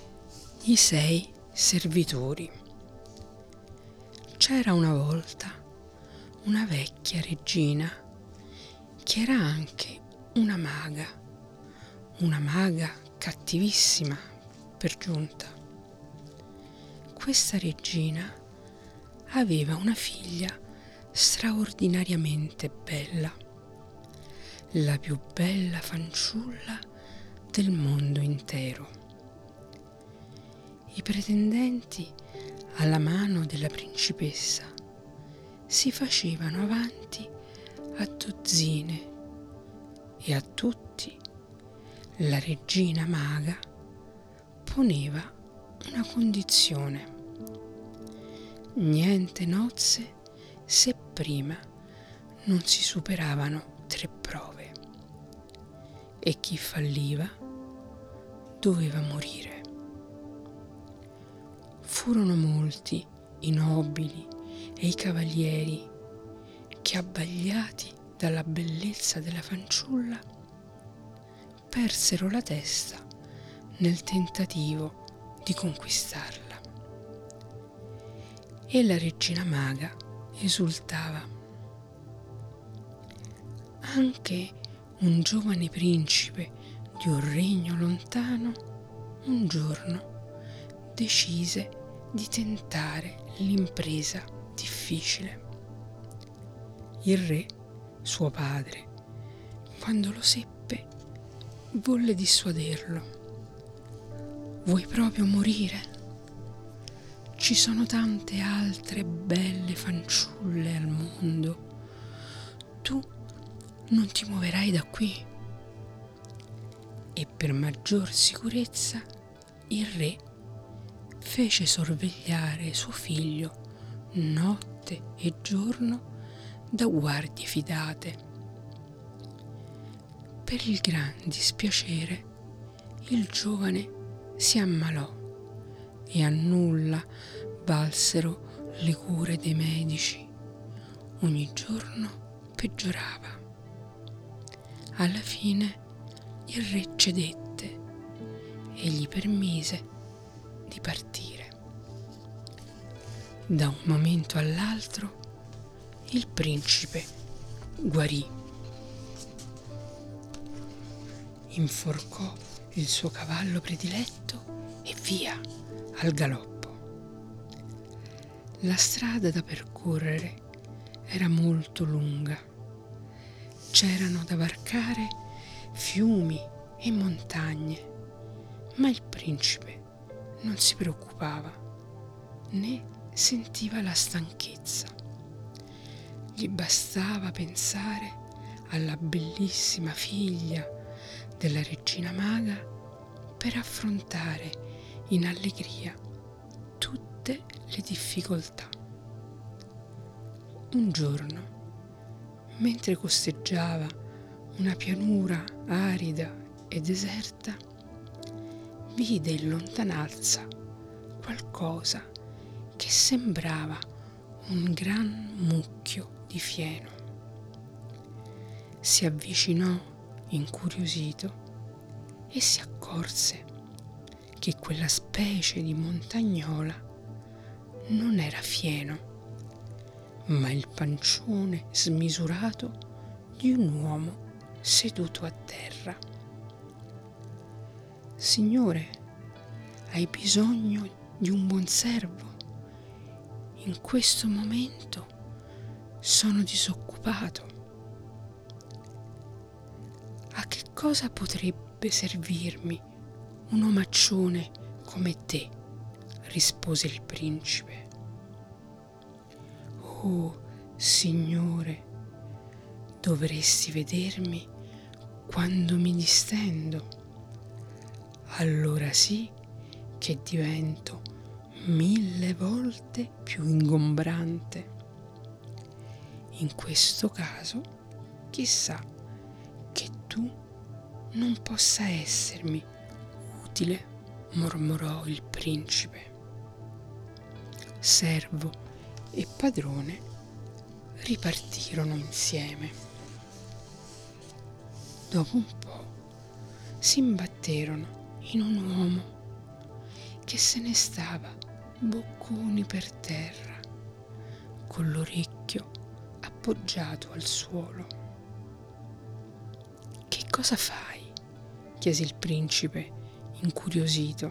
I 6 servitori. C'era una volta una vecchia regina che era anche una maga cattivissima per giunta. Questa regina aveva una figlia straordinariamente bella, la più bella fanciulla del mondo intero. I pretendenti alla mano della principessa si facevano avanti a dozzine e a tutti la regina maga poneva una condizione: niente nozze se prima non si superavano 3 prove, e chi falliva doveva morire. Furono molti i nobili e i cavalieri che, abbagliati dalla bellezza della fanciulla, persero la testa nel tentativo di conquistarla. E la regina maga esultava. Anche un giovane principe di un regno lontano un giorno decise di tentare l'impresa difficile. Il re, suo padre, quando lo seppe, volle dissuaderlo. Vuoi proprio morire? Ci sono tante altre belle fanciulle al mondo. Tu non ti muoverai da qui. E per maggior sicurezza il re fece sorvegliare suo figlio notte e giorno da guardie fidate. Per il gran dispiacere il giovane si ammalò e a nulla valsero le cure dei medici. Ogni giorno peggiorava. Alla fine il re cedette e gli permise di partire. Da un momento all'altro il principe guarì. Inforcò il suo cavallo prediletto e via al galoppo. La strada da percorrere era molto lunga. C'erano da varcare fiumi e montagne, ma il principe non si preoccupava né sentiva la stanchezza. Gli bastava pensare alla bellissima figlia della regina maga per affrontare in allegria tutte le difficoltà. Un giorno, mentre costeggiava una pianura arida e deserta, vide in lontananza qualcosa che sembrava un gran mucchio di fieno. Si avvicinò incuriosito e si accorse che quella specie di montagnola non era fieno, ma il pancione smisurato di un uomo seduto a terra. Signore, hai bisogno di un buon servo? In questo momento sono disoccupato. A che cosa potrebbe servirmi un omaccione come te? Rispose il principe. Oh, signore, dovresti vedermi quando mi distendo. Allora sì che divento 1000 volte più ingombrante. In questo caso, chissà che tu non possa essermi utile, mormorò il principe. Servo e padrone ripartirono insieme. Dopo un po' si imbatterono in un uomo che se ne stava bocconi per terra, con l'orecchio appoggiato al suolo. «Che cosa fai?» chiese il principe, incuriosito.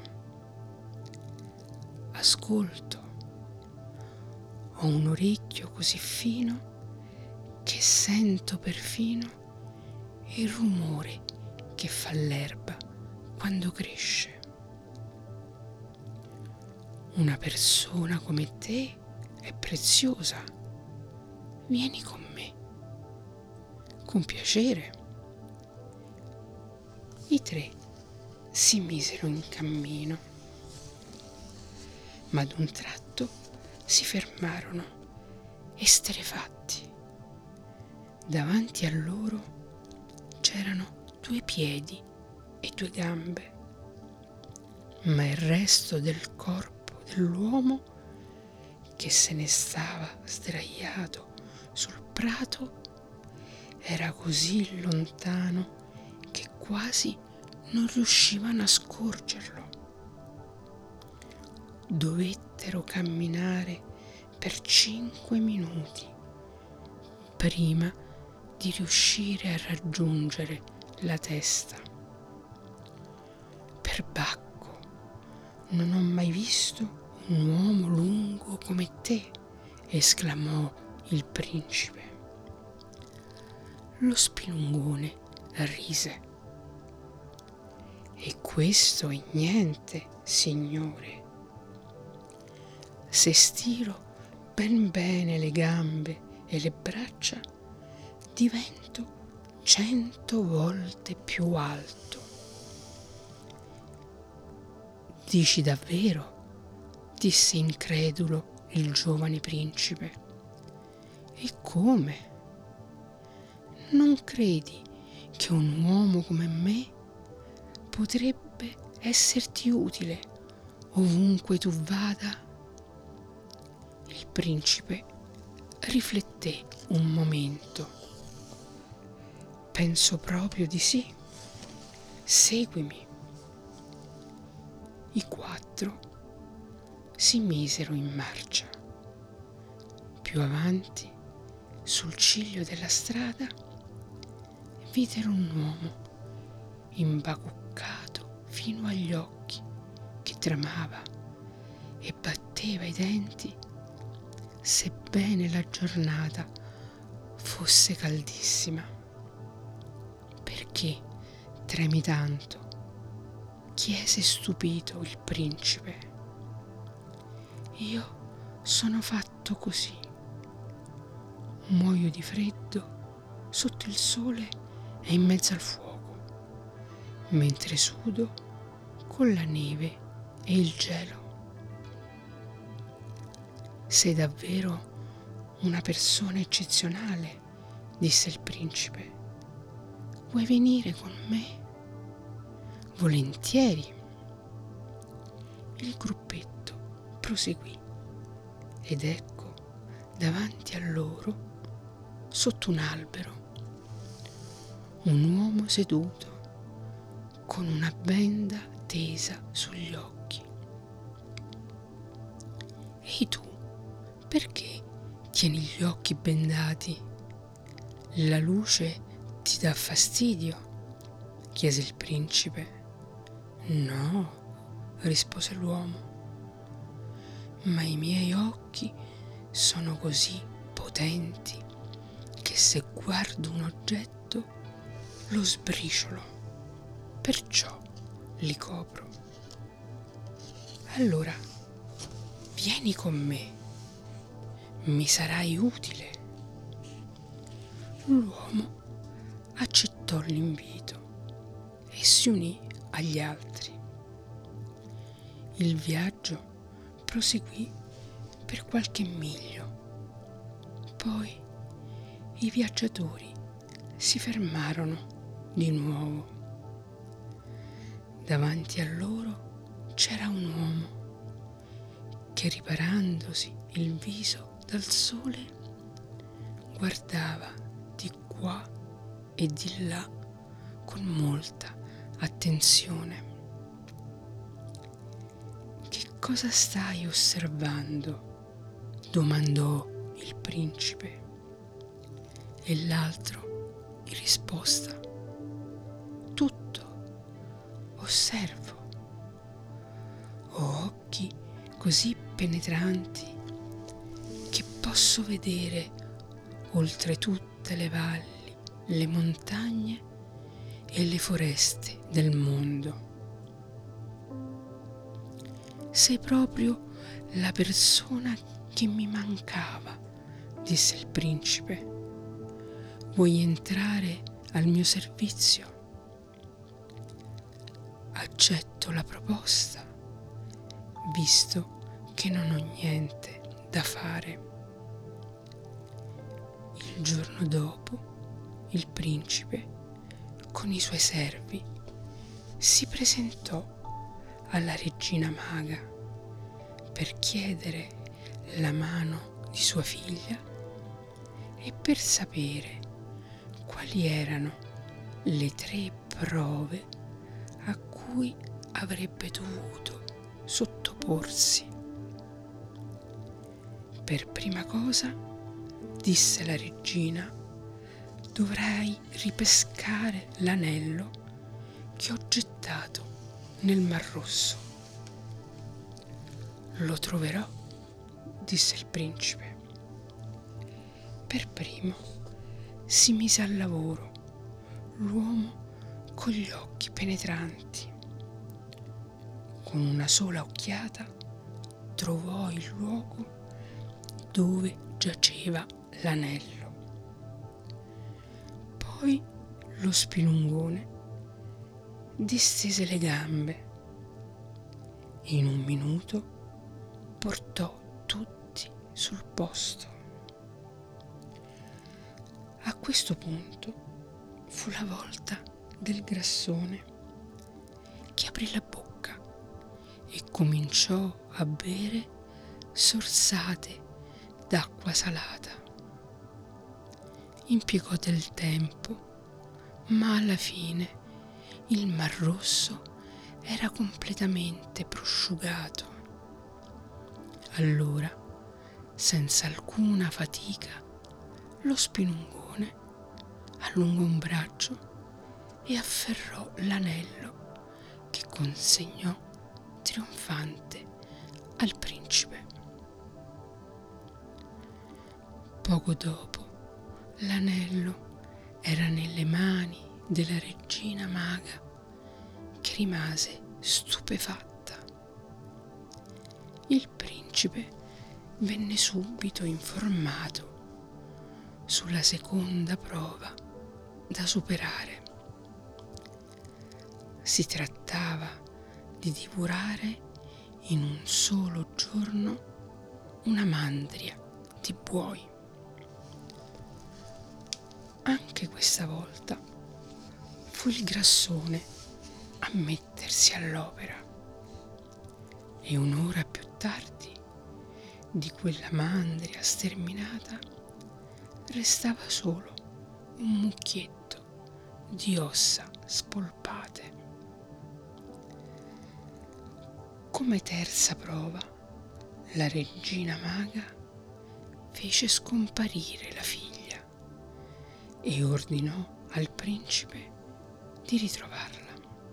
«Ascolto. Ho un orecchio così fino che sento perfino il rumore che fa l'erba quando cresce. Una persona come te è preziosa. Vieni con me». «Con piacere». I tre si misero in cammino, ma ad un tratto si fermarono, esterrefatti. Davanti a loro c'erano 2 piedi e 2 gambe, ma il resto del corpo dell'uomo, che se ne stava sdraiato sul prato, era così lontano che quasi non riuscivano a scorgerlo. Dovettero camminare per 5 minuti prima di riuscire a raggiungere la testa. «Perbacco, non ho mai visto un uomo lungo come te», esclamò il principe. Lo spilungone rise. «E questo è niente, signore. Se stiro ben bene le gambe e le braccia, divento 100 volte più alto». «Dici davvero?» disse incredulo il giovane principe. «E come? Non credi che un uomo come me potrebbe esserti utile ovunque tu vada?» Il principe rifletté un momento. «Penso proprio di sì. Seguimi». I 4 si misero in marcia. Più avanti, sul ciglio della strada, videro un uomo imbacuccato fino agli occhi, che tremava e batteva i denti, sebbene la giornata fosse caldissima. «Perché tremi tanto?» chiese stupito il principe. «Io sono fatto così. Muoio di freddo sotto il sole e in mezzo al fuoco, mentre sudo con la neve e il gelo». «Sei davvero una persona eccezionale», disse il principe. «Vuoi venire con me?» «Volentieri». Il gruppetto proseguì ed ecco davanti a loro, sotto un albero, un uomo seduto con una benda tesa sugli occhi. «Ehi tu, perché tieni gli occhi bendati? La luce ti dà fastidio?» chiese il principe. «No», rispose l'uomo, «ma i miei occhi sono così potenti che se guardo un oggetto lo sbriciolo, perciò li copro. Allora, vieni con me, mi sarai utile». L'uomo accettò l'invito e si unì agli altri. Il viaggio proseguì per qualche miglio. Poi i viaggiatori si fermarono di nuovo. Davanti a loro c'era un uomo che, riparandosi il viso dal sole, guardava di qua e di là con molta attenzione. Cosa stai osservando? Domandò il principe. E l'altro in risposta: tutto, osservo. Ho occhi così penetranti che posso vedere oltre tutte le valli, le montagne e le foreste del mondo. Sei proprio la persona che mi mancava, disse il principe. Vuoi entrare al mio servizio? Accetto la proposta, visto che non ho niente da fare. Il giorno dopo, il principe, con i suoi servi, si presentò alla regina maga per chiedere la mano di sua figlia e per sapere quali erano le 3 prove a cui avrebbe dovuto sottoporsi. Per prima cosa, disse la regina, dovrai ripescare l'anello che ho gettato nel Mar Rosso. Lo troverò, disse il principe. Per primo si mise al lavoro l'uomo con gli occhi penetranti. Con una sola occhiata trovò il luogo dove giaceva l'anello. Poi lo spilungone distese le gambe e in un minuto portò tutti sul posto. A questo punto fu la volta del grassone, che aprì la bocca e cominciò a bere sorsate d'acqua salata. Impiegò del tempo, ma alla fine il Mar Rosso era completamente prosciugato. Allora, senza alcuna fatica, lo spilungone allungò un braccio e afferrò l'anello che consegnò trionfante al principe. Poco dopo, l'anello era nelle mani della regina maga, che rimase stupefatta. Il principe venne subito informato sulla seconda prova da superare. Si trattava di divorare in un solo giorno una mandria di buoi. Anche questa volta fu il grassone a mettersi all'opera e un'ora più tardi di quella mandria sterminata restava solo un mucchietto di ossa spolpate. Come terza prova, la regina maga fece scomparire la figlia e ordinò al principe di ritrovarla.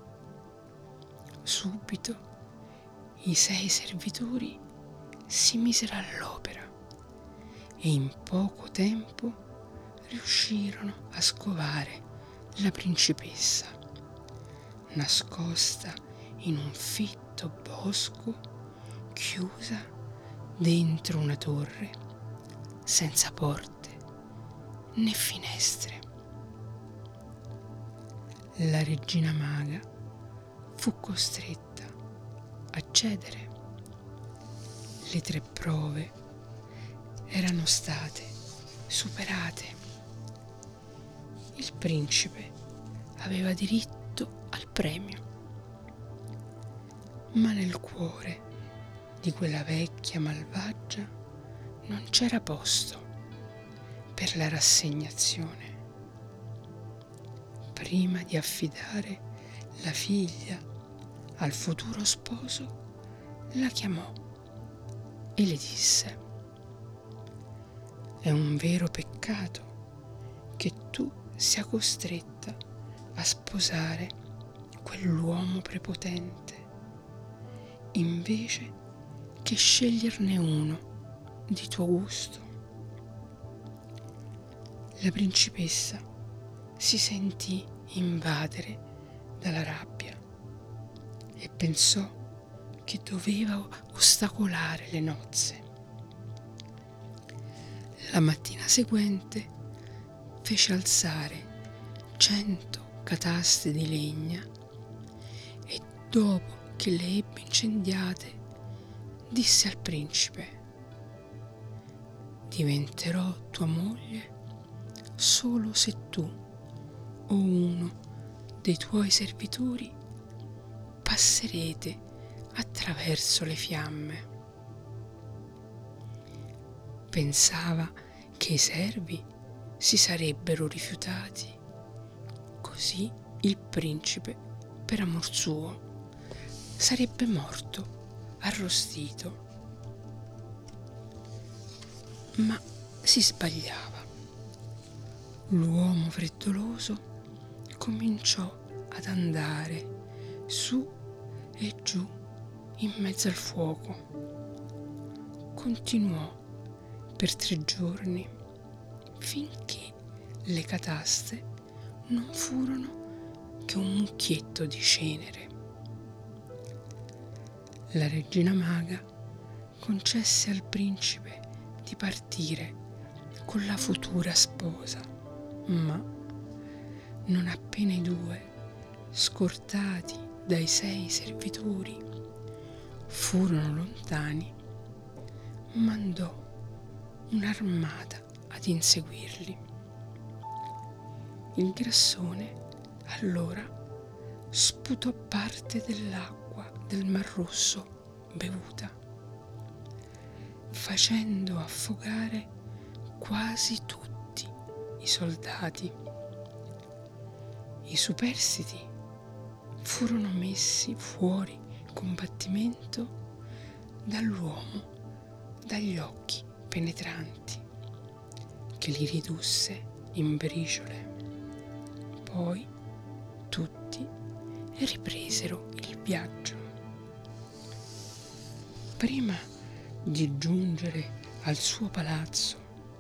Subito i 6 servitori si misero all'opera e in poco tempo riuscirono a scovare la principessa, nascosta in un fitto bosco, chiusa dentro una torre senza porte né finestre. La regina maga fu costretta a cedere. Le 3 prove erano state superate. Il principe aveva diritto al premio, ma nel cuore di quella vecchia malvagia non c'era posto per la rassegnazione. Prima di affidare la figlia al futuro sposo, la chiamò e le disse: è un vero peccato che tu sia costretta a sposare quell'uomo prepotente, invece che sceglierne uno di tuo gusto. La principessa si sentì invadere dalla rabbia e pensò che doveva ostacolare le nozze. La mattina seguente fece alzare 100 cataste di legna e, dopo che le ebbe incendiate, disse al principe: diventerò tua moglie solo se tu o uno dei tuoi servitori passerete attraverso le fiamme. Pensava che i servi si sarebbero rifiutati, così il principe, per amor suo, sarebbe morto arrostito. Ma si sbagliava. L'uomo freddoloso cominciò ad andare su e giù in mezzo al fuoco. Continuò per 3 giorni, finché le cataste non furono che un mucchietto di cenere. La regina maga concesse al principe di partire con la futura sposa, ma non appena i 2, scortati dai 6 servitori, furono lontani, mandò un'armata ad inseguirli. Il grassone allora sputò parte dell'acqua del Mar Rosso bevuta, facendo affogare quasi tutti i soldati. I superstiti furono messi fuori combattimento dall'uomo dagli occhi penetranti, che li ridusse in briciole. Poi tutti ripresero il viaggio. Prima di giungere al suo palazzo,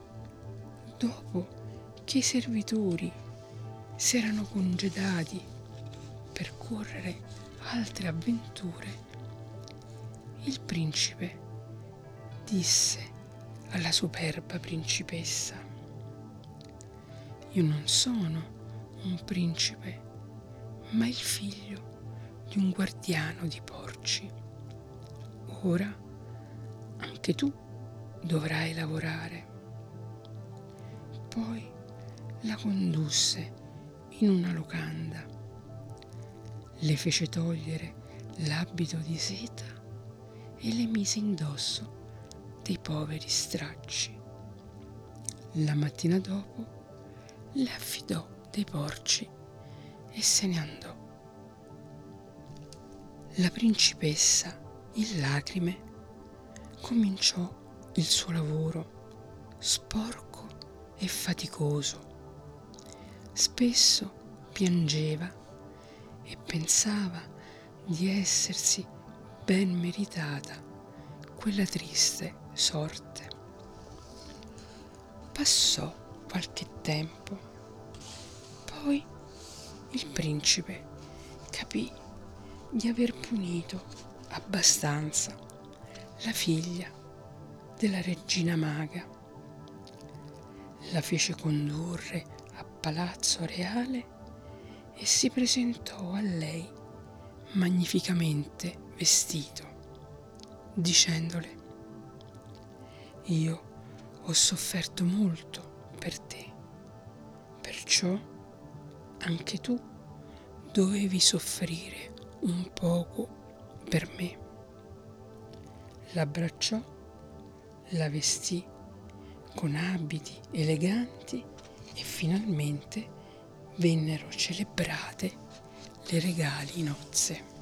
dopo che i servitori si erano congedati per correre altre avventure, il principe disse alla superba principessa: io non sono un principe, ma il figlio di un guardiano di porci. Ora anche tu dovrai lavorare. Poi la condusse in una locanda, le fece togliere l'abito di seta e le mise indosso dei poveri stracci. La mattina dopo le affidò dei porci e se ne andò. La principessa, in lacrime, cominciò il suo lavoro sporco e faticoso. Spesso piangeva e pensava di essersi ben meritata quella triste sorte. Passò qualche tempo, poi il principe capì di aver punito abbastanza la figlia della regina maga. La fece condurre a palazzo reale e si presentò a lei magnificamente vestito, dicendole: io ho sofferto molto per te, perciò anche tu dovevi soffrire un poco per me. L'abbracciò, la vestì con abiti eleganti e finalmente vennero celebrate le regali nozze.